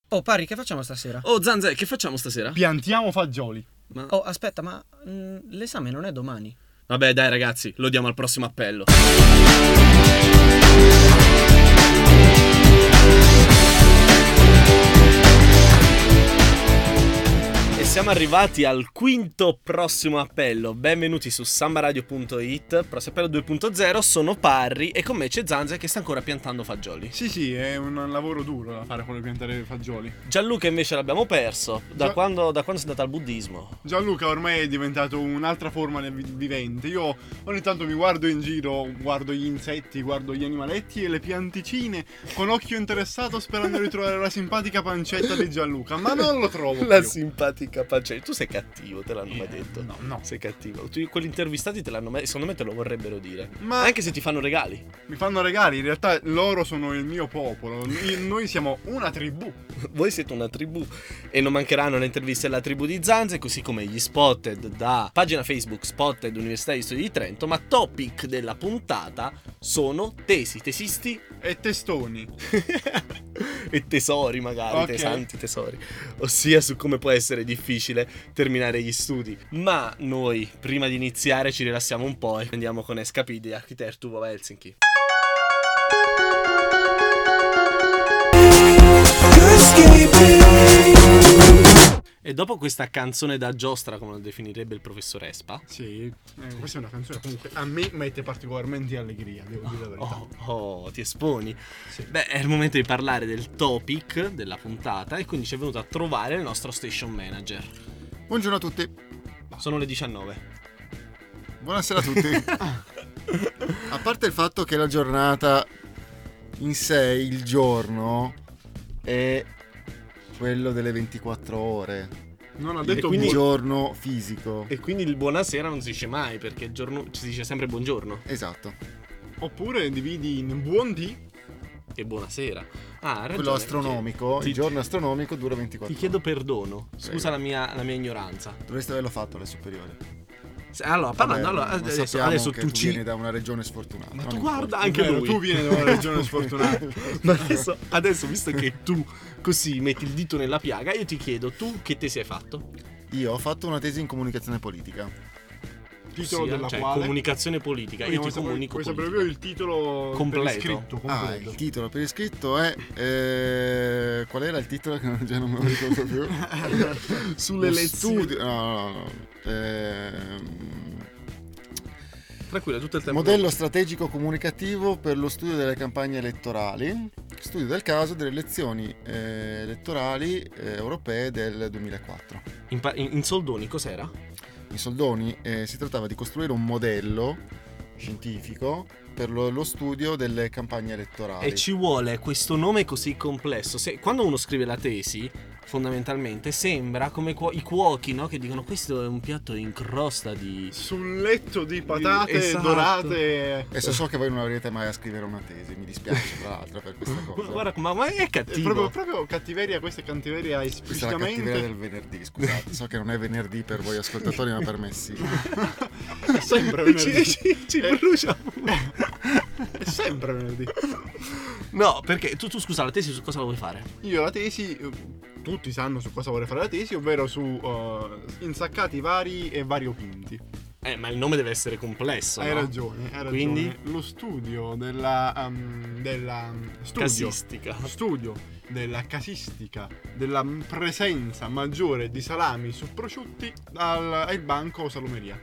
Oh, Parri, che facciamo stasera? Oh, Zanze, che facciamo stasera? Piantiamo fagioli. Oh, aspetta, ma l'esame non è domani? Vabbè, dai ragazzi, lo diamo al prossimo appello. E siamo arrivati al quinto prossimo appello. Benvenuti su sambaradio.it. Prossimo appello 2.0. Sono Parri e con me c'è Zanze che sta ancora piantando fagioli. Sì, è un lavoro duro da fare quello di piantare fagioli. Gianluca invece l'abbiamo perso da quando sei andato al buddismo. Gianluca ormai è diventato un'altra forma vivente. Io ogni tanto mi guardo in giro, guardo gli insetti, guardo gli animaletti e le pianticine con occhio interessato sperando di trovare la simpatica pancetta di Gianluca, ma non lo trovo La più. simpatica pancetta. Tu sei cattivo, te l'hanno mai detto. No. Sei cattivo. Quelli intervistati te l'hanno mai... Secondo me te lo vorrebbero dire. Ma anche se ti fanno regali. mi fanno regali, in realtà loro sono il mio popolo. Noi siamo una tribù. Voi siete una tribù e non mancheranno le interviste alla tribù di Zanze, così come gli spotted da pagina Facebook Spotted Università di Studi di Trento, ma topic della puntata sono tesisti E testoni. e tesori magari, Ok. santi tesori, ossia su come può essere difficile terminare gli studi. Ma noi prima di iniziare ci rilassiamo un po' e andiamo con Escapidi Architecture of Helsinki. E dopo questa canzone da giostra, come lo definirebbe il professor Espa, Sì, questa è una canzone comunque a me mette particolarmente allegria, devo dire la verità. oh, ti esponi. Sì. Beh, è il momento di parlare del topic della puntata e quindi ci è venuto a trovare il nostro station manager. Buongiorno a tutti, Sono le 19. buonasera a tutti. A parte il fatto che la giornata in sé, il giorno, è quello delle 24 ore, Non ha E detto quindi- il giorno fisico. E quindi il buonasera non si dice mai, perché ci si dice sempre buongiorno Esatto, Oppure dividi in buon dì. e buonasera. Ah, hai ragione, quello astronomico, ti- il giorno astronomico dura 24 Ti chiedo ore. perdono, scusa la mia ignoranza. Dovreste averlo fatto alle superiori. Allora, parlando, Vabbè, allora, ma adesso sappiamo che tu tu vieni da una regione sfortunata. Ma non tu importa. guarda anche lui. Tu vieni da una regione sfortunata. Ma adesso, visto che tu così metti il dito nella piaga, io ti chiedo, tu che tesi hai fatto? Io ho fatto una tesi in comunicazione politica. Titolo Ossia, della cioè, quale comunicazione politica. Io ti comunico Vuoi sapere politica. il titolo Completo. per iscritto completo. Il titolo per iscritto è qual era il titolo che già non me lo ricordo più? Sulle Lo lezioni. studio- no. Tranquilla, tutto il tempo. Modello strategico comunicativo per lo studio delle campagne elettorali, studio del caso delle elezioni elettorali europee del 2004. In soldoni, cos'era? In soldoni si trattava di costruire un modello scientifico per lo studio delle campagne elettorali. E ci vuole questo nome così complesso. Quando uno scrive la tesi, fondamentalmente sembra come i cuochi, no? Che dicono questo è un piatto in crosta di... Sul letto di patate Esatto. dorate. Adesso so che voi non avrete mai a scrivere una tesi, mi dispiace tra l'altro per questa cosa. Guarda, ma è È cattivo. proprio cattiveria, questa è cattiveria Questa è la esplicitamente. cattiveria del venerdì, scusate, so che non è venerdì per voi ascoltatori, ma per me sì. È sempre venerdì. ci brucia. È sempre venerdì. No, perché tu scusa, la tesi su cosa la vuoi fare? Io la tesi, tutti sanno su cosa vorrei fare la tesi, ovvero su insaccati vari e variopinti. Ma il nome deve essere complesso, Hai no? ragione. Quindi? Lo studio della Casistica. studio della casistica, della presenza maggiore di salami su prosciutti al banco salumeria.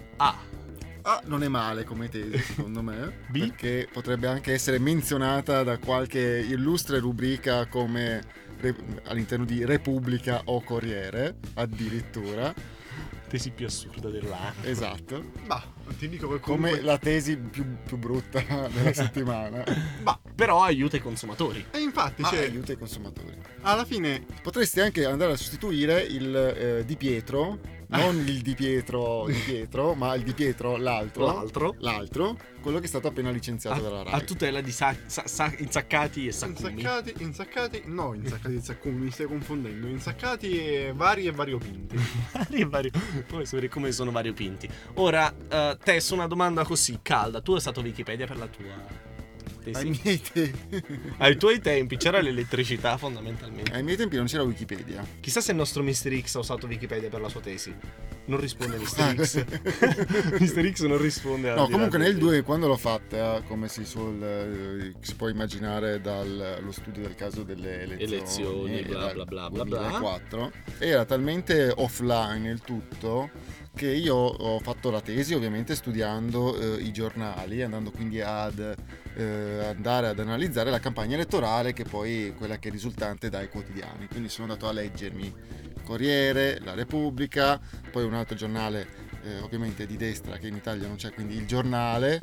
Ah, non è male come tesi, secondo me, B? perché potrebbe anche essere menzionata da qualche illustre rubrica come all'interno di Repubblica o Corriere, addirittura. Tesi più assurda dell'anno. Esatto. Bah, ti dico che Come comunque... la tesi più brutta della settimana. Bah, Però aiuta i consumatori. e infatti, Ma cioè, aiuta i consumatori. alla fine Potresti anche andare a sostituire il Di Pietro, non il Di Pietro, ma il Di Pietro l'altro, quello che è stato appena licenziato dalla A Rai. tutela di insaccati e saccumi. insaccati e saccumi, mi stai confondendo. Insaccati e variopinti. Poi sapere come sono variopinti. Ora, te su una domanda così calda, tu hai usato Wikipedia per la tua Tesi? Ai tuoi tempi c'era l'elettricità fondamentalmente. miei tempi non c'era Wikipedia. Chissà se il nostro Mr. X ha usato Wikipedia per la sua tesi. Non risponde Mr. X. Mr. X non risponde. No, comunque nel 2, quando l'ho fatta, come si può immaginare dallo studio del caso delle elezioni bla bla bla bla bla, 2004, era talmente offline il tutto che io ho fatto la tesi ovviamente studiando i giornali, andando quindi ad andare ad analizzare la campagna elettorale, che poi quella che è risultante dai quotidiani. Quindi sono andato a leggermi Corriere, La Repubblica, poi un altro giornale ovviamente di destra che in Italia non c'è, quindi Il Giornale.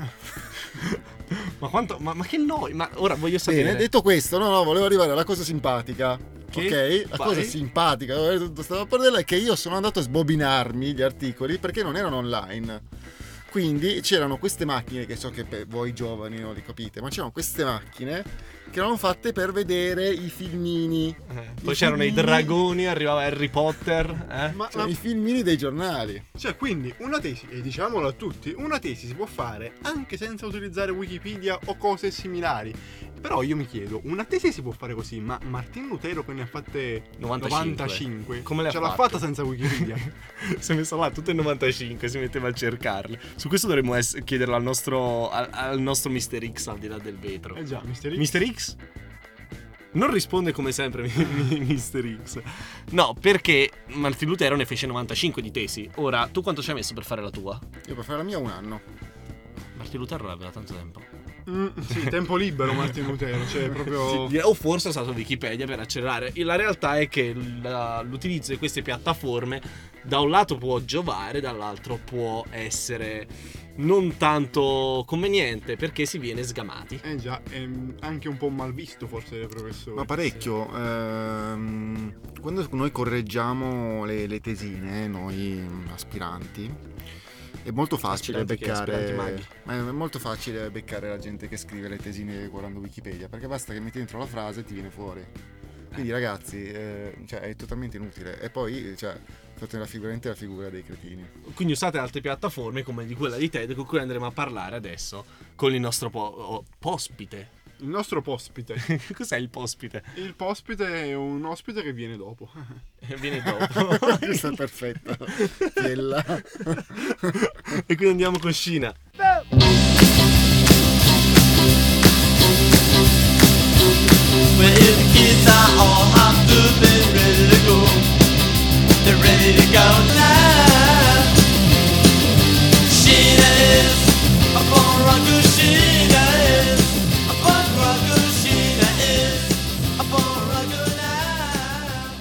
ma che noi? Ma ora voglio sapere. Bene, detto questo, volevo arrivare alla cosa simpatica. Che? Ok, la cosa simpatica, stavo a parlare, è che io sono andato a sbobinarmi gli articoli perché non erano online. Quindi c'erano queste macchine, che so che voi giovani non li capite, ma c'erano queste macchine che erano fatte per vedere i filmini. Poi c'erano i dragoni, arrivava Harry Potter. I filmini dei giornali. Cioè, quindi una tesi, e diciamolo a tutti, una tesi si può fare anche senza utilizzare Wikipedia o cose similari. Però io mi chiedo, una tesi si può fare così, ma Martin Lutero, che ne ha fatte 95 come le ha ce l'ha fatte? fatta senza Wikipedia? Si è messo là tutte 95, si metteva a cercarle. Su questo dovremmo chiederlo al nostro Mr. X al di là del vetro. Già, Mr. X. Mr. X? Non risponde come sempre Mr. X. No, perché Martin Lutero ne fece 95 di tesi. Ora, tu quanto ci hai messo per fare la tua? Io per fare la mia 1 anno. Martin Lutero aveva tanto tempo. Sì, tempo libero Martin Lutero, cioè proprio... Sì, o forse ha usato Wikipedia per accelerare. La realtà è che l'utilizzo di queste piattaforme da un lato può giovare, dall'altro può essere non tanto conveniente, perché si viene sgamati. Già, è anche un po' mal visto forse dai professori. Ma parecchio. Quando noi correggiamo le tesine, noi aspiranti, è molto facile beccare. È molto facile beccare la gente che scrive le tesine guardando Wikipedia, perché basta che metti dentro la frase e ti viene fuori. Quindi ragazzi, cioè, è totalmente inutile. E poi, fate la figura dei cretini. Quindi usate altre piattaforme come di quella di TED, con cui andremo a parlare adesso con il nostro pospite. Il nostro pospite. Cos'è il pospite? Il pospite è un ospite che viene dopo. Viene dopo. Questa è perfetta. Quella. E quindi andiamo con Scina. Well, if the kids are all hopped up and ready to go, they're ready to go now. Sheena is a punk rocker, Sheena is a punk rocker, Sheena is a punk rocker now.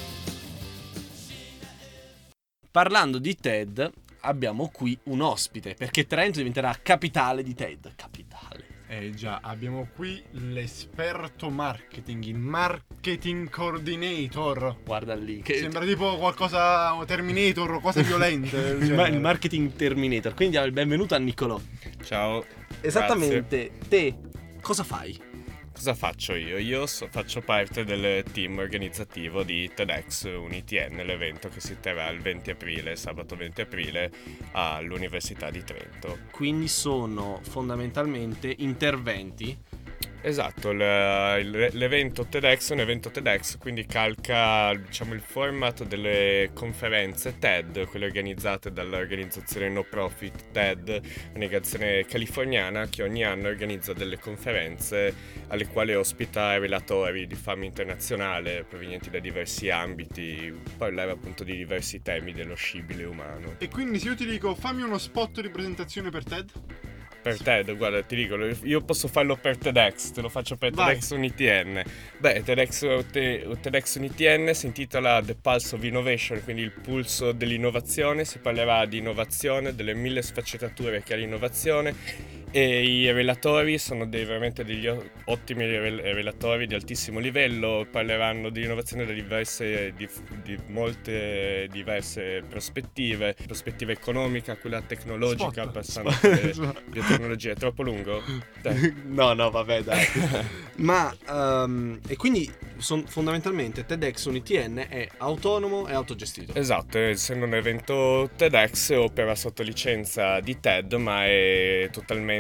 Parlando di TED, abbiamo qui un ospite, perché Trento diventerà capitale di TED. Capitale. Già, abbiamo qui l'esperto marketing, il marketing coordinator. Guarda lì, che Sembra tipo qualcosa Terminator o cose violente. il marketing Terminator. Quindi il benvenuto a Niccolò. Ciao. Esattamente, te cosa fai? Cosa faccio io? Io faccio parte del team organizzativo di TEDx UniTN, l'evento che si terrà il 20 aprile, sabato 20 aprile, all'Università di Trento. Quindi sono fondamentalmente interventi. Esatto, l'evento TEDx è un evento TEDx, quindi calca, diciamo, il format delle conferenze TED, quelle organizzate dall'organizzazione no profit TED, un'organizzazione californiana che ogni anno organizza delle conferenze alle quali ospita relatori di fama internazionale provenienti da diversi ambiti, parlare appunto di diversi temi dello scibile umano. E quindi se io ti dico fammi uno spot di presentazione per TED? Per TED, guarda, ti dico, io posso farlo per TEDx, te lo faccio per Vai. TEDx UniTN. Beh, TEDx UniTN si intitola The Pulse of Innovation, quindi il pulso dell'innovazione. Si parlerà di innovazione, delle 1000 sfaccettature che ha l'innovazione, e i relatori sono veramente degli ottimi relatori di altissimo livello. Parleranno di innovazione da di molte diverse prospettiva economica, quella tecnologica, passando per biotecnologia. È troppo lungo? Dai. No, vabbè, dai. Ma e quindi fondamentalmente TEDx UniTN è autonomo e autogestito. Esatto, essendo un evento TEDx opera sotto licenza di TED, ma è totalmente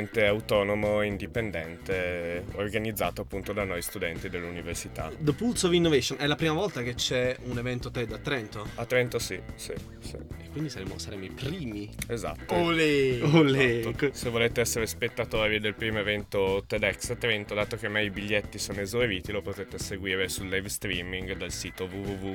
completamente autonomo, indipendente, organizzato appunto da noi studenti dell'università. The Pulse of Innovation è la prima volta che c'è un evento TED a Trento? A Trento sì. E quindi saremo i primi. Esatto. Olè. Esatto. Se volete essere spettatori del primo evento TEDx a Trento, dato che ormai i biglietti sono esauriti, lo potete seguire sul live streaming dal sito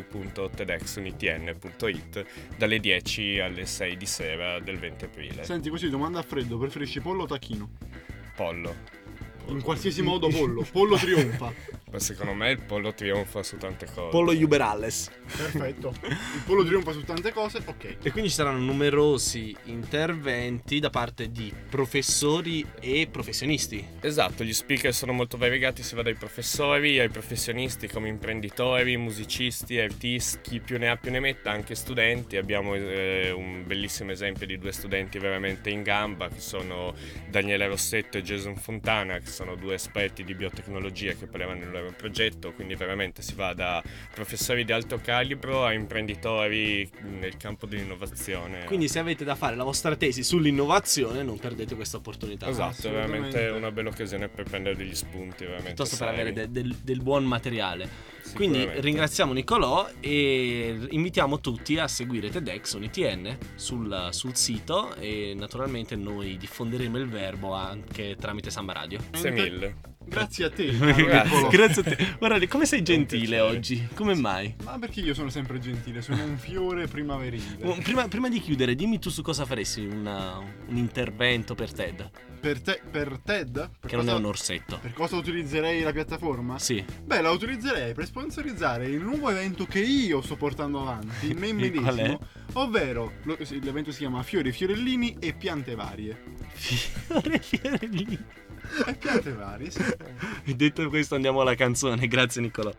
www.tedxunitn.it dalle 10 alle 6 di sera del 20 aprile. Senti, così domanda a freddo, preferisci pollo o tacchino? Pollo. In qualsiasi modo pollo. Pollo trionfa. Ma secondo me il pollo trionfa su tante cose. Pollo Uberalles. Perfetto. Il pollo trionfa su tante cose, ok. E quindi ci saranno numerosi interventi da parte di professori e professionisti. Esatto, gli speaker sono molto variegati, si va dai professori ai professionisti come imprenditori, musicisti, artisti, chi più ne ha più ne metta, anche studenti. Abbiamo un bellissimo esempio di 2 studenti veramente in gamba, che sono Daniele Rossetto e Jason Fontana, che sono 2 esperti di biotecnologia che parlavano del loro progetto, quindi veramente si va da professori di alto calibro a imprenditori nel campo dell'innovazione. Quindi se avete da fare la vostra tesi sull'innovazione non perdete questa opportunità. Esatto, è Assolutamente. veramente una bella occasione per prendere degli spunti, veramente Piuttosto per seri. avere del buon materiale. Quindi Sicuramente. ringraziamo Nicolò e invitiamo tutti a seguire TEDx UniTN sul sito, e naturalmente noi diffonderemo il verbo anche tramite Samba Radio. Grazie mille. Grazie a te. Grazie a te. Guarda, come sei gentile piacere. oggi? Come mai? Ma perché io sono sempre gentile, sono un fiore primaverile. Prima di chiudere, dimmi tu su cosa faresti un intervento per TED, Per TED? che non è un orsetto. Per cosa utilizzerei la piattaforma? Sì. Beh, la utilizzerei per sponsorizzare il nuovo evento che io sto portando avanti, me Qual è? medesimo, ovvero l'evento si chiama Fiori, Fiorellini e Piante Varie. Fiorellini. E piante varie, sì. E detto questo andiamo alla canzone. Grazie Nicolò.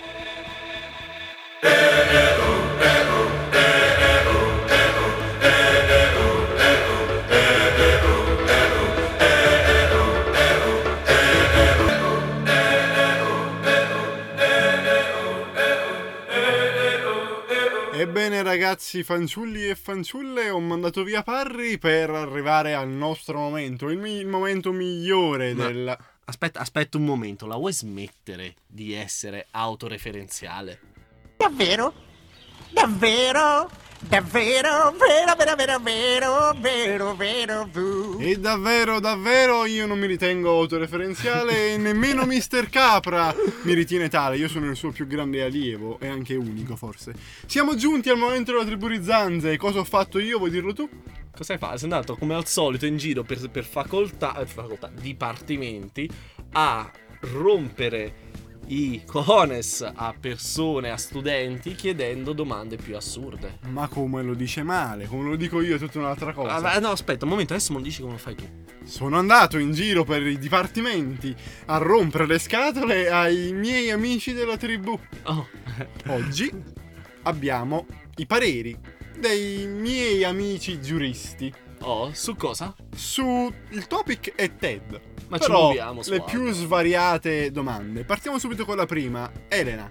Ebbene ragazzi, fanciulli e fanciulle, ho mandato via Parri per arrivare al nostro momento, il momento migliore Ma- del... Aspetta un momento, la vuoi smettere di essere autoreferenziale? Davvero? Davvero? Davvero? Vero, vero, vero, vero, vero, vero, vu. E davvero io non mi ritengo autoreferenziale e nemmeno Mr. Capra mi ritiene tale. Io sono il suo più grande allievo e anche unico forse. Siamo giunti al momento della tribù di zanze. Cosa ho fatto io? Vuoi dirlo tu? Cosa hai fatto? Sei andato come al solito in giro per facoltà, dipartimenti, a rompere i cojones a persone, a studenti, chiedendo domande più assurde. Ma come lo dice male? Come lo dico io è tutta un'altra cosa. No, aspetta un momento, adesso non dici come lo fai tu. Sono andato in giro per i dipartimenti a rompere le scatole ai miei amici della tribù. Oh. Oggi abbiamo i pareri dei miei amici giuristi Oh, su cosa? su il topic è TED. Ma ci Però muoviamo, le suave. più svariate domande. Partiamo subito con la prima. Elena.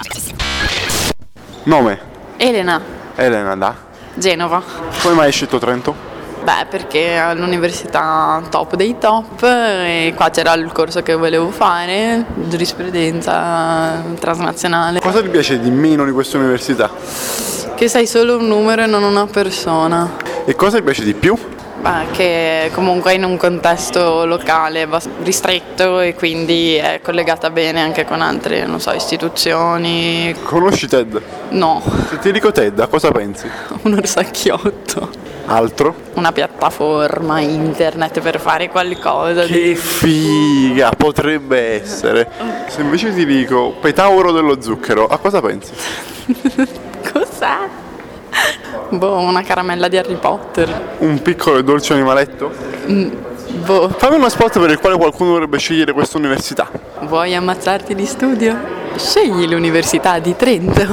Nome? Elena, Elena da? Genova. Come mai hai scelto Trento? Beh, perché è l'università top dei top e qua c'era il corso che volevo fare, giurisprudenza transnazionale. Cosa ti piace di meno di questa università? Che sei solo un numero e non una persona. E cosa ti piace di più? Beh, che comunque è in un contesto locale ristretto e quindi è collegata bene anche con altre, non so, istituzioni. Conosci TED? No, Se ti dico TED, a cosa pensi? un orsacchiotto. Altro? Una piattaforma internet per fare qualcosa. Che figa, potrebbe essere. Se invece ti dico Petauro dello zucchero, a cosa pensi? Cos'è? Boh, una caramella di Harry Potter. Un piccolo e dolce animaletto? Boh, Fammi uno spot per il quale qualcuno dovrebbe scegliere questa università. vuoi ammazzarti di studio? Scegli l'Università di Trento.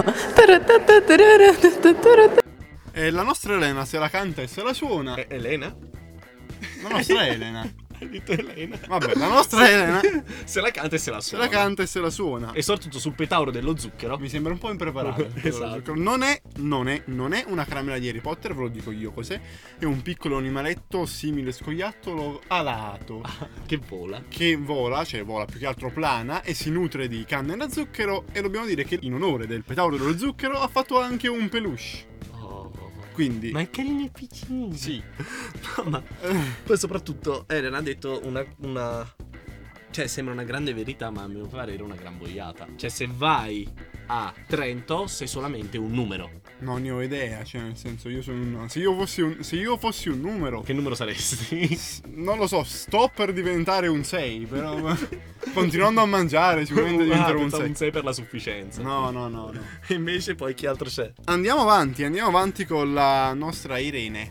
La nostra Elena se la canta e se la suona. Elena? La nostra Elena. Hai detto Elena. Vabbè, la nostra Elena Se la canta e se la se suona. la canta e se la suona. E soprattutto sul petauro dello zucchero. Mi sembra un po' impreparato. Esatto. Non è una caramella di Harry Potter, ve lo dico io cos'è. È un piccolo animaletto simile scoiattolo alato Che vola. che vola, cioè vola più che altro plana e si nutre di canne da zucchero. E dobbiamo dire che in onore del petauro dello zucchero ha fatto anche un peluche. Quindi Ma è carino e piccino. sì. No, ma poi soprattutto Elena ha detto una. Cioè, sembra una grande verità, ma a mio parere una gran boiata. Cioè, se vai a Trento, sei solamente un numero. Non ne ho idea, cioè nel senso io sono se io fossi un numero, Che numero saresti? non lo so, sto per diventare un 6, però continuando a mangiare sicuramente diventerò un pensavo 6. un 6 per la sufficienza. No. E invece poi chi altro c'è? Andiamo avanti con la nostra Irene.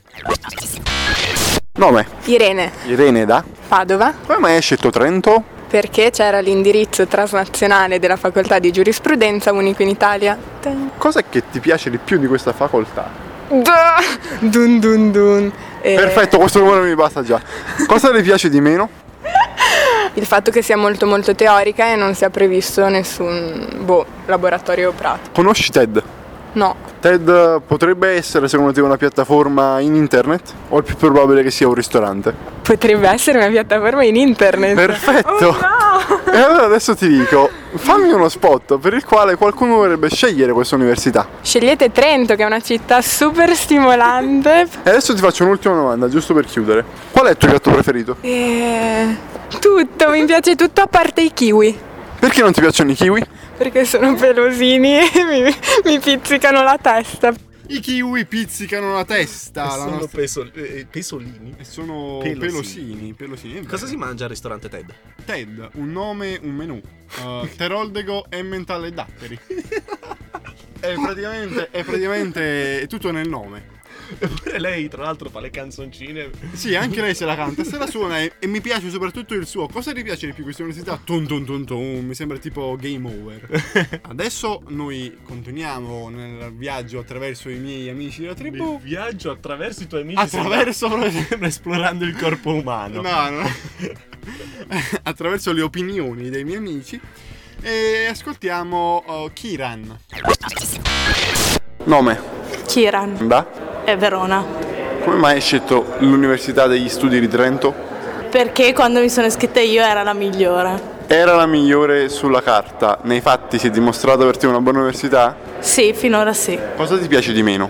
Nome? Irene, Irene da? Padova, Come mai hai scelto Trento? perché c'era l'indirizzo transnazionale della facoltà di giurisprudenza unico in Italia. Cos'è che ti piace di più di questa facoltà? Dun dun dun. Perfetto, questo numero mi basta già. Cosa ti piace di meno? Il fatto che sia molto molto teorica e non sia previsto nessun laboratorio pratico. Conosci TED? No, TED potrebbe essere secondo te una piattaforma in internet? O è più probabile che sia un ristorante? potrebbe essere una piattaforma in internet. Perfetto! Oh no! E allora adesso ti dico, fammi uno spot per il quale qualcuno dovrebbe scegliere questa università. Scegliete Trento, che è una città super stimolante. E adesso ti faccio un'ultima domanda, giusto per chiudere. Qual è il tuo piatto preferito? Tutto, mi piace tutto a parte i kiwi. Perché non ti piacciono i kiwi? Perché sono pelosini e mi pizzicano la testa. I kiwi pizzicano la testa. Sono pesolini. E sono Pelosini. pelosini. Cosa si mangia al ristorante TED? TED, un nome, un menù. Teroldego e mentale datteri. È praticamente tutto nel nome. Eppure lei, tra l'altro, fa le canzoncine. Sì, anche lei se la canta, se la suona e mi piace soprattutto il suo. Cosa ti piace di più questa università? Tun tun tun tun, mi sembra tipo Game Over. Adesso noi continuiamo nel viaggio attraverso i miei amici della tribù. Viaggio attraverso i tuoi amici. Attraverso Sembra esplorando il corpo umano. No. Attraverso le opinioni dei miei amici. E ascoltiamo Kiran. Nome? Kiran, Da? è Verona. Come mai hai scelto l'Università degli Studi di Trento? Perché quando mi sono iscritta io era la migliore. Era la migliore sulla carta, nei fatti si è dimostrata per te una buona università? Sì, finora sì. Cosa ti piace di meno?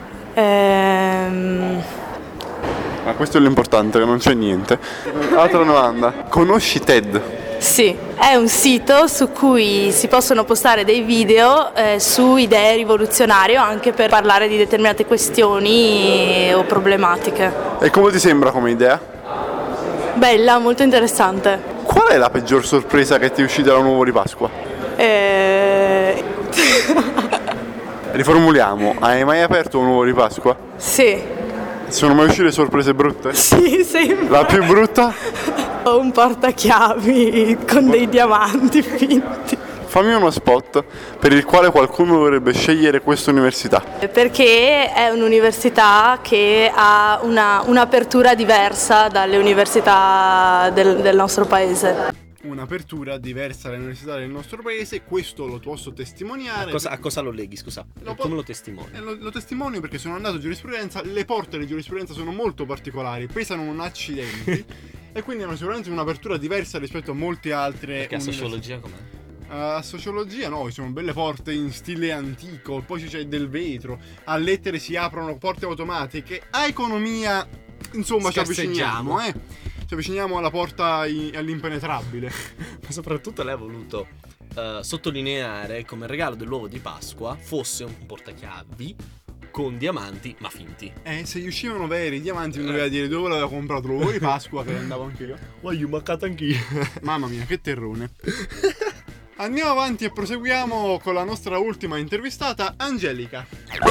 Ma questo è l'importante, che non c'è niente. Altra domanda. Conosci TED? Sì, è un sito su cui si possono postare dei video su idee rivoluzionarie o anche per parlare di determinate questioni o problematiche. E come ti sembra come idea? Bella, molto interessante. Qual è la peggior sorpresa che ti è uscita dall'uovo di Pasqua? Riformuliamo, hai mai aperto un uovo di Pasqua? Sì. Sono mai uscite sorprese brutte? Sì, sembra. La più brutta? Ho un portachiavi con dei diamanti finti. Fammi uno spot per il quale qualcuno dovrebbe scegliere questa università. Perché è un'università che ha un'apertura diversa dalle università del nostro paese. Un'apertura diversa dalle università del nostro paese, questo lo posso testimoniare. A cosa lo leghi, scusa? Come lo testimoni? Lo testimonio perché sono andato a giurisprudenza, le porte di giurisprudenza sono molto particolari, pesano un accidenti e quindi hanno sicuramente un'apertura diversa rispetto a molte altre Perché a sociologia com'è? A sociologia no, ci sono belle porte in stile antico, poi c'è del vetro, a lettere si aprono porte automatiche, a economia insomma ci avviciniamo, ci avviciniamo alla porta all'impenetrabile. Ma soprattutto lei ha voluto sottolineare come il regalo dell'uovo di Pasqua fosse un portachiavi con diamanti ma finti. Se gli uscivano veri i diamanti non doveva dire dove l'avevo comprato l'uovo di Pasqua che andavo anche io. Voglio mancato anch'io. Mamma mia, che terrone. Andiamo avanti e proseguiamo con la nostra ultima intervistata, Angelica.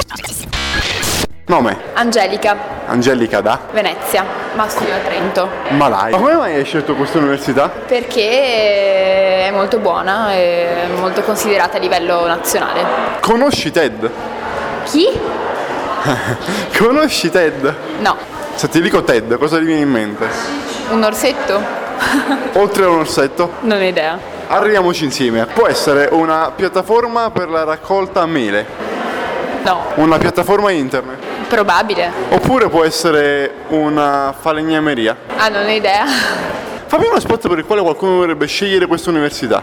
Nome? Angelica. Angelica da? Venezia, ma studio a Trento. Ma dai. Ma come mai hai scelto questa università? Perché è molto buona e molto considerata a livello nazionale. Conosci TED? Chi? Conosci TED? No. Se ti dico TED, cosa ti viene in mente? Un orsetto? Oltre a un orsetto? Non ho idea. Arriviamoci insieme. Può essere una piattaforma per la raccolta mele? No. Una piattaforma internet? Probabile. Oppure può essere una falegnameria? Ah, non ho idea. Fammi uno spot per il quale qualcuno dovrebbe scegliere questa università.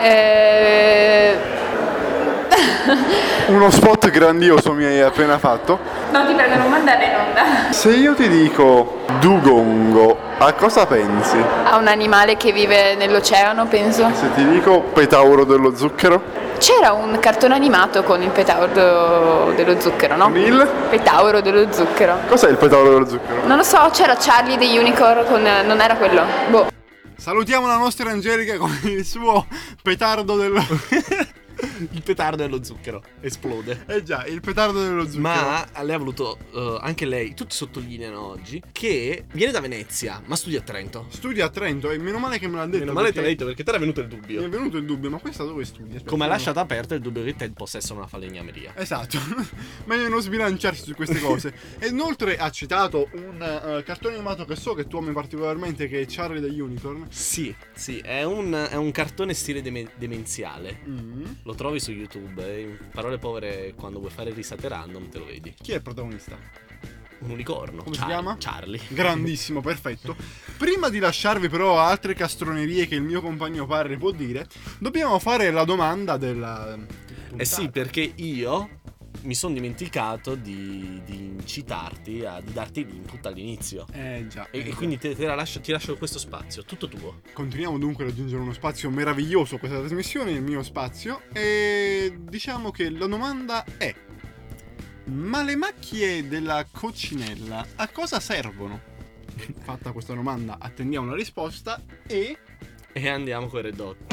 Uno spot grandioso mi hai appena fatto. No, ti prego, non mandarla in onda. Se io ti dico dugongo, a cosa pensi? Ha un animale che vive nell'oceano, penso. Se ti dico petauro dello zucchero? C'era un cartone animato con il petauro dello zucchero, no? Il? Petauro dello zucchero. Cos'è il petauro dello zucchero? Non lo so, c'era Charlie the Unicorn con... non era quello. Boh. Salutiamo la nostra Angelica con il suo petardo dello... Il petardo dello zucchero esplode. Già, il petardo dello zucchero. Ma lei ha voluto, anche lei, tutti sottolineano oggi, che viene da Venezia, ma studia a Trento. Studia a Trento e meno male che me l'ha detto. Meno male te l'ha detto perché te era venuto il dubbio. Mi è venuto il dubbio, ma questa dove studia? Aspetta, Come ha no. lasciato aperto il dubbio che te possa essere una falegnameria. Esatto, meglio non sbilanciarsi su queste cose. E inoltre ha citato un cartone animato che so che tu ami particolarmente, che è Charlie the Unicorn. Sì, è un cartone stile demenziale. Lo trovi su YouTube, in parole povere, quando vuoi fare risate random te lo vedi. Chi è il protagonista? Un unicorno. Come si chiama? Charlie. Grandissimo, perfetto. Prima di lasciarvi però altre castronerie che il mio compagno padre può dire, dobbiamo fare la domanda della puntata. Sì, perché io mi sono dimenticato di incitarti di darti l'input all'inizio. Già. E quindi ti lascio questo spazio, tutto tuo. Continuiamo dunque a raggiungere uno spazio meraviglioso, questa trasmissione, il mio spazio. E diciamo che la domanda è: ma le macchie della coccinella a cosa servono? Fatta questa domanda, attendiamo la risposta e andiamo con Red Hot.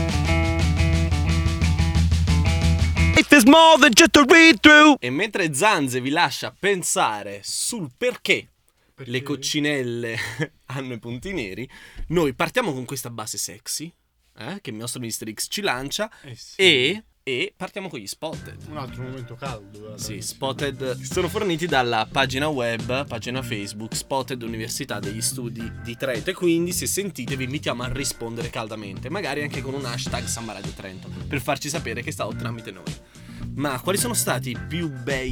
Life is more than just a read through. E mentre Zanze vi lascia pensare sul perché le coccinelle hanno i punti neri, noi partiamo con questa base sexy che il nostro Mr. X ci lancia e partiamo con gli Spotted. un altro momento caldo. Sì, Spotted sono forniti dalla pagina web, pagina Facebook Spotted Università degli Studi di Trento, e quindi se sentite vi invitiamo a rispondere caldamente, magari anche con un hashtag Samba Radio Trento, per farci sapere che stavo tramite noi. Ma quali sono stati i più bei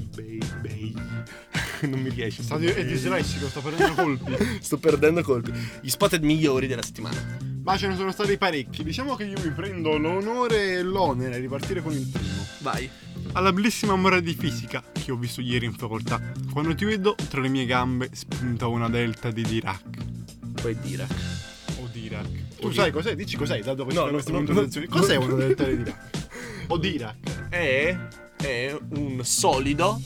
non mi riesce. È dislessico, sto perdendo colpi. Sto perdendo colpi. Gli Spotted migliori della settimana. Ma ce ne sono stati parecchi. Diciamo che io mi prendo l'onore e l'onere di partire con il primo. Vai. Alla bellissima mora di fisica che ho visto ieri in facoltà. Quando ti vedo, tra le mie gambe spunta una delta di Dirac. Poi Dirac. O Dirac. Tu sai cos'è? Dici cos'è, dato che sono queste puntuazioni. Cos'è una delta di Dirac? O Dirac? È un solido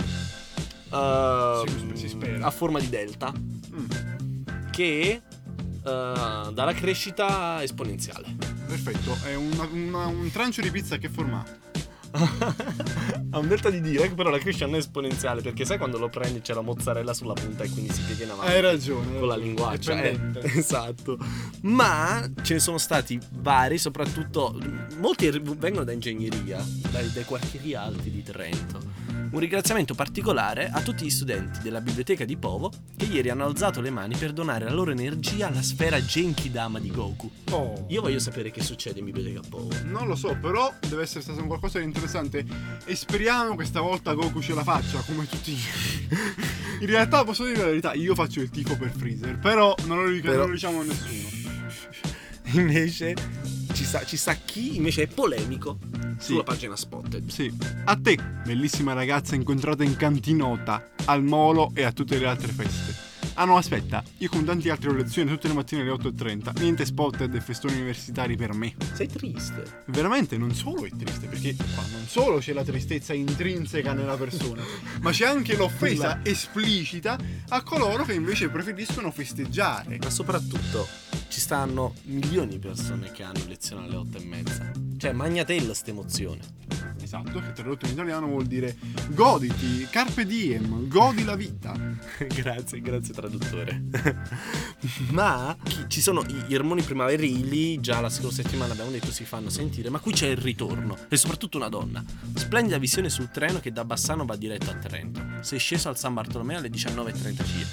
si spera. a forma di delta che dà la crescita esponenziale. Perfetto, è un trancio di pizza che forma ha? Ha un delta di Dirac, però la crescita non è esponenziale, perché sai quando lo prendi c'è la mozzarella sulla punta e quindi si piega in avanti. Hai ragione. Con la linguaccia. È pendente. Esatto. Ma ce ne sono stati vari, soprattutto molti vengono da ingegneria, dai quartieri alti di Trento. Un ringraziamento particolare a tutti gli studenti della biblioteca di Povo che ieri hanno alzato le mani per donare la loro energia alla sfera Genkidama di Goku. Io voglio sapere che succede in biblioteca a Povo. Non lo so, però deve essere stato un qualcosa di interessante e speriamo che stavolta Goku ce la faccia come tutti. In realtà posso dire la verità, io faccio il tifo per Freezer, però non lo diciamo a nessuno. Invece ci sa chi invece è polemico sulla pagina Spotted. Sì. A te, bellissima ragazza incontrata in cantinota, al molo e a tutte le altre feste. Ah no, aspetta, io con tanti altri ho lezioni tutte le mattine alle 8:30. Niente Spotted e festoni universitari per me. Sei triste. Veramente non solo è triste, perché qua non solo c'è la tristezza intrinseca nella persona, ma c'è anche l'offesa esplicita a coloro che invece preferiscono festeggiare. Ma soprattutto ci stanno milioni di persone che hanno lezione alle 8:30. Cioè, magnatella sta emozione. Esatto, che tradotto in italiano vuol dire goditi, carpe diem, godi la vita. Grazie traduttore. Ma ci sono gli ormoni primaverili, già la scorsa settimana abbiamo detto si fanno sentire, ma qui c'è il ritorno, e soprattutto una donna. Splendida visione sul treno che da Bassano va diretto a Trento. Sei sceso al San Bartolomeo alle 19:30 circa.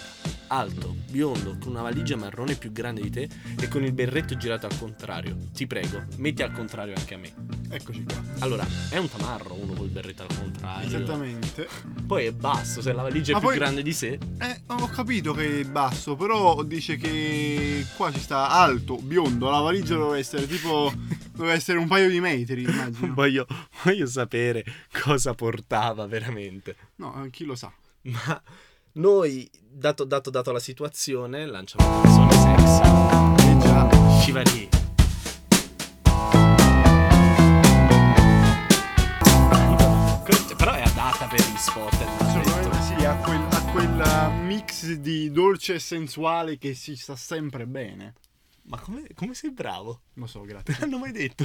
alto, biondo, con una valigia marrone più grande di te e con il berretto girato al contrario. Ti prego, metti al contrario anche a me. Eccoci qua. Allora, è un tamarro uno col berretto al contrario. Esattamente. Poi è basso, se la valigia è Ma più poi- grande di sé. Ho capito che è basso, però dice che qua ci sta alto, biondo, la valigia deve essere tipo... deve essere un paio di metri, immagino. Voglio sapere cosa portava veramente. No, chi lo sa. Ma noi, dato la situazione, lanciamo una canzone sexy. Già. Chivalier. Però è adatta per gli spot. Assolutamente sì, ha quel mix di dolce e sensuale che si sta sempre bene. Ma come sei bravo? Lo so, grazie. Non l'hanno mai detto.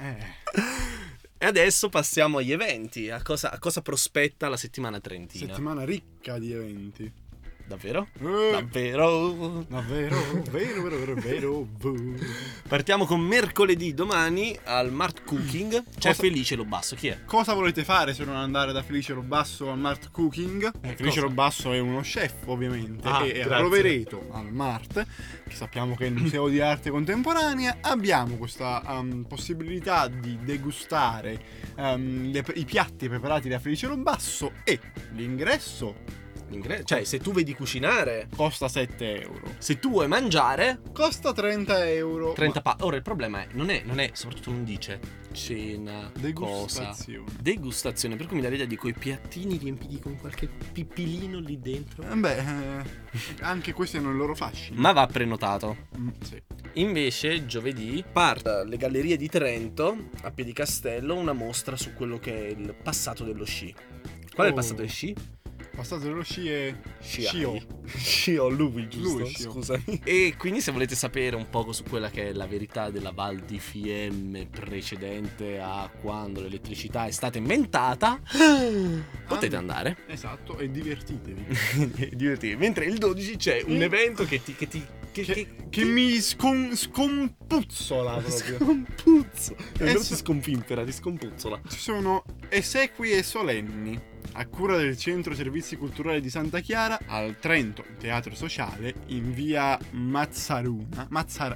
E adesso passiamo agli eventi. A cosa prospetta la settimana trentina? Settimana ricca di eventi. Davvero? Davvero? Vero. Partiamo con mercoledì, domani al Mart Cooking. C'è Felice Lobasso, chi è? Cosa volete fare se non andare da Felice Lobasso al Mart Cooking? Felice cosa? Lobasso è uno chef, ovviamente, Ah, e a grazie. Rovereto, al Mart, che sappiamo che è il museo di arte contemporanea, abbiamo questa possibilità di degustare i piatti preparati da Felice Lobasso e l'ingresso Cioè, se tu vedi cucinare, costa 7 euro. se tu vuoi mangiare, Costa 30 euro. 30 Ora il problema è, non è, soprattutto non dice cena, Degustazione. cosa. Degustazione, per cui mi dà l'idea di quei piattini riempiti con qualche pipilino lì dentro. Anche questi hanno il loro fascino. Ma va prenotato. Sì. Invece giovedì parte alle Gallerie di Trento, a Piedicastello, una mostra su quello che è il passato dello sci. Qual è il passato dello sci? Passato dello sci è Scio. Scio, lui, giusto? Lui, Scio. Scusami. E quindi se volete sapere un poco su quella che è la verità della Val di Fiemme precedente a quando l'elettricità è stata inventata, potete andare. Esatto, e divertitevi. Divertitevi. Mentre il 12 c'è un evento che mi scompuzzola proprio. Scompuzzo. Non so- si sconfinfera, ti scompuzzola. Ci sono esequie solenni a cura del Centro Servizi Culturali di Santa Chiara al Trento Teatro Sociale in via Mazzurana.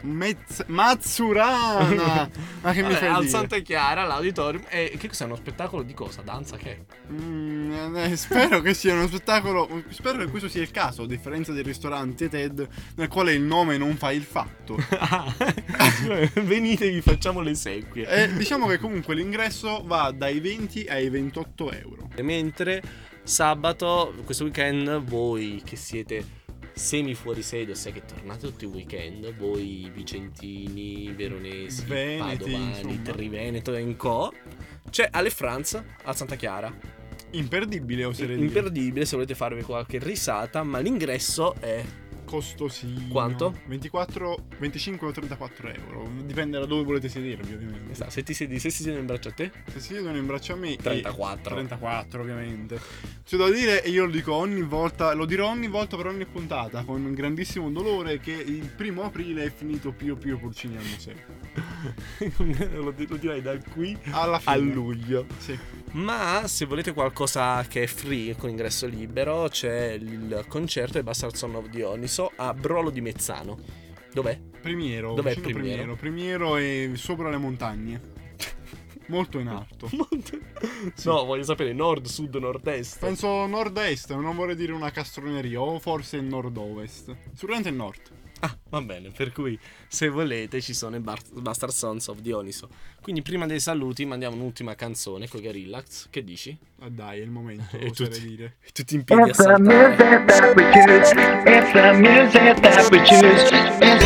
Mazzurana! Ma che mi fai al dire? Santa Chiara, l'auditorium. E che cos'è? Uno spettacolo di cosa? Danza che? Spero che sia uno spettacolo. Spero che questo sia il caso, a differenza del ristorante Ted, nel quale il nome non fa il fatto. Venite, vi facciamo le esequie. Diciamo che comunque l'ingresso va dai 20 ai 28 euro. Mentre sabato, questo weekend, voi che siete semi fuori sede, ossia che tornate tutti i weekend, voi vicentini, veronesi, Veneti, padovani, insomma. Triveneto e in co, c'è Ale Franz al Santa Chiara. Imperdibile, oserei dire. Imperdibile se volete farvi qualche risata, ma l'ingresso è Costosino. Quanto? 25 o 34 euro. Dipende da dove volete sedervi, ovviamente. esatto, se si siedono in braccio a te, Se si siedono in braccio a me 34. 34 ovviamente. C'è da dire, e io lo dico ogni volta, lo dirò ogni volta per ogni puntata, con un grandissimo dolore, che il 1° aprile è finito Pio Pulcini al museo. lo dirai da qui Alla fine. a luglio. Sì. Ma se volete qualcosa che è free, con ingresso libero, c'è il concerto del Bastard Son of Dioniso a Brolo di Mezzano. Dov'è? Primiero. Dov'è vicino Primiero? Primiero è sopra le montagne. Molto in alto. Sì. No, voglio sapere nord, sud, nord-est. Penso nord-est, non vorrei dire una castroneria, o forse nord-ovest. Sicuramente nord. Ah, va bene, per cui se volete ci sono i Bastard Sons of Dioniso. Quindi prima dei saluti mandiamo un'ultima canzone con i Gorillax. Che dici? Ah dai, è il momento, E oserei dire. tutti in piedi a saltare. It's the music that we choose.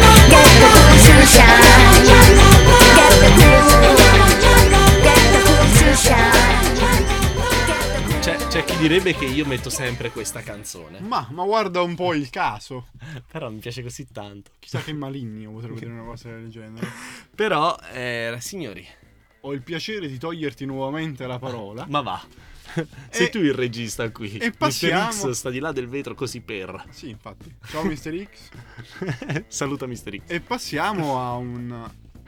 C'è chi direbbe che io metto sempre questa canzone. Ma guarda un po' il caso. Però mi piace così tanto. Chissà che maligno potrebbe dire una cosa del genere. Però, signori, Ho il piacere di toglierti nuovamente la parola. ma va. Sei tu il regista qui. e passiamo- Mr. X sta di là del vetro così per. Sì, infatti. Ciao Mr. X. Saluta Mr. X. E passiamo a un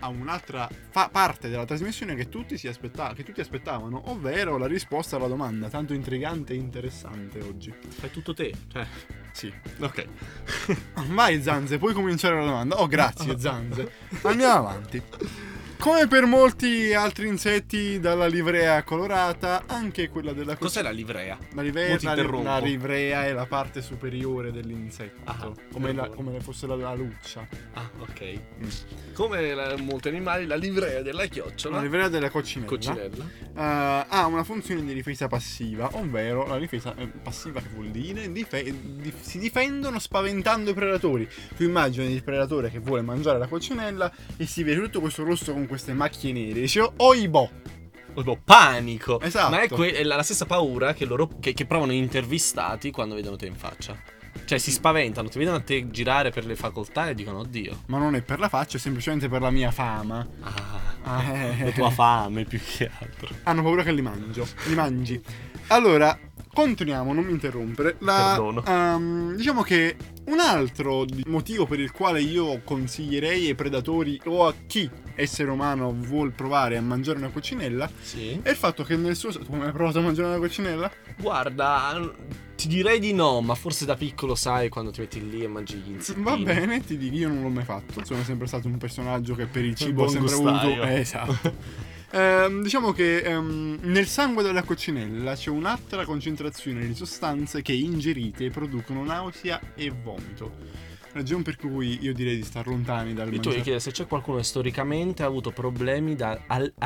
a un'altra parte della trasmissione che tutti aspettavano, ovvero la risposta alla domanda tanto intrigante e interessante oggi. Fai tutto te, cioè. Sì. Ok. Vai Zanze, puoi cominciare la domanda. Oh, grazie Zanze. Andiamo avanti. Come per molti altri insetti dalla livrea colorata, anche quella della Cos'è la livrea? La livrea, Mo ti interrompo. la livrea è la parte superiore dell'insetto, Ah, come fosse la luccia. Ah, ok. Come molti animali, la livrea della chiocciola. La livrea della coccinella, ha una funzione di difesa passiva, ovvero la difesa passiva, che vuol dire si difendono spaventando i predatori. Tu immagini il predatore che vuole mangiare la coccinella e si vede tutto questo rosso con queste macchie nere, dice oibò, panico. Esatto. Ma è la stessa paura che loro che provano gli intervistati quando vedono te in faccia. Cioè si spaventano, ti vedono a te girare per le facoltà e dicono oddio. Ma non è per la faccia, è semplicemente per la mia fama. La tua fame più che altro. Hanno paura che li mangi. Allora, continuiamo, non mi interrompere. Perdono. Diciamo che un altro motivo per il quale io consiglierei ai predatori o a chi essere umano vuol provare a mangiare una coccinella è il fatto che nel suo... Tu hai mai provato a mangiare una coccinella? Guarda, ti direi di no, ma forse da piccolo sai quando ti metti lì e mangi gli insettini. Va bene, ti dico, io non l'ho mai fatto. Sono sempre stato un personaggio che per il cibo ha buon sempre gustaio. avuto... esatto. Diciamo che nel sangue della coccinella c'è un'altra concentrazione di sostanze che ingerite producono nausea e vomito. Ragione per cui io direi di star lontani dal E tu mangiare. devi chiedere se c'è qualcuno che storicamente ha avuto problemi da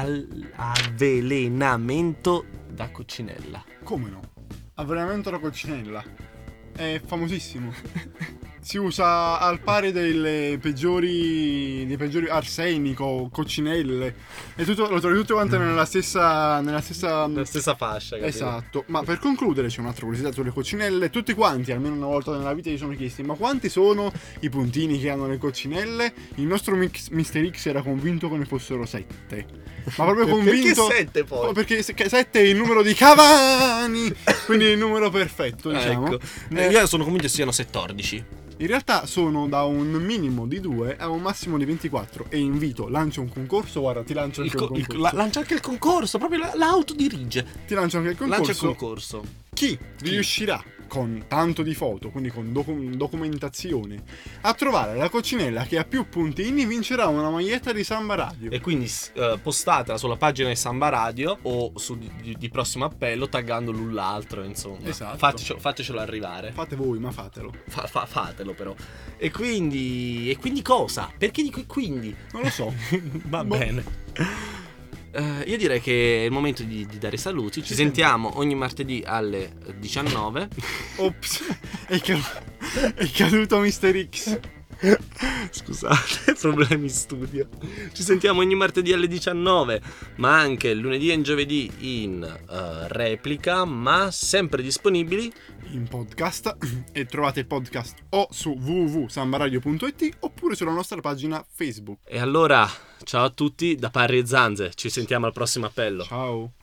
avvelenamento da coccinella. Come no? Avvelenamento alla coccinella è famosissimo. Si usa al pari dei peggiori arsenico, coccinelle. E tutto, lo trovi tutte quante nella stessa fascia, capito? Esatto. Ma per concludere c'è un'altra curiosità sulle coccinelle. Tutti quanti, almeno una volta nella vita, si sono chiesti: ma quanti sono i puntini che hanno le coccinelle? Il nostro Mr. X era convinto che ne fossero 7. Ma proprio convinto. Perché 7 poi? Perché 7 è il numero di Cavani. Quindi è il numero perfetto, diciamo. Ecco. Io sono convinto siano 14. In realtà sono da un minimo di 2 a un massimo di 24. E invito, lancio un concorso. Guarda, ti lancio anche un concorso. Lancia anche il concorso, proprio l'autodirige. Ti lancio anche il concorso. Lancia il concorso. Chi riuscirà con tanto di foto, quindi con documentazione, a trovare la coccinella che ha più puntini vincerà una maglietta di Samba Radio. E quindi postatela sulla pagina di Samba Radio o di prossimo appello taggando l'un l'altro, insomma. Esatto. Fatecelo arrivare. Fate voi, ma fatelo. Fatelo però. E quindi cosa? Perché dico quindi? Non lo so. Va bene. Io direi che è il momento di dare saluti. Ci sentiamo ogni martedì alle 19. Ops, è caduto Mr. X. Scusate, problemi studio. Ci sentiamo ogni martedì alle 19, ma anche lunedì e giovedì in replica, ma sempre disponibili in podcast. E trovate il podcast o su www.sambaradio.it oppure sulla nostra pagina Facebook. E allora, ciao a tutti da Parri e Zanze. Ci sentiamo al prossimo appello. Ciao.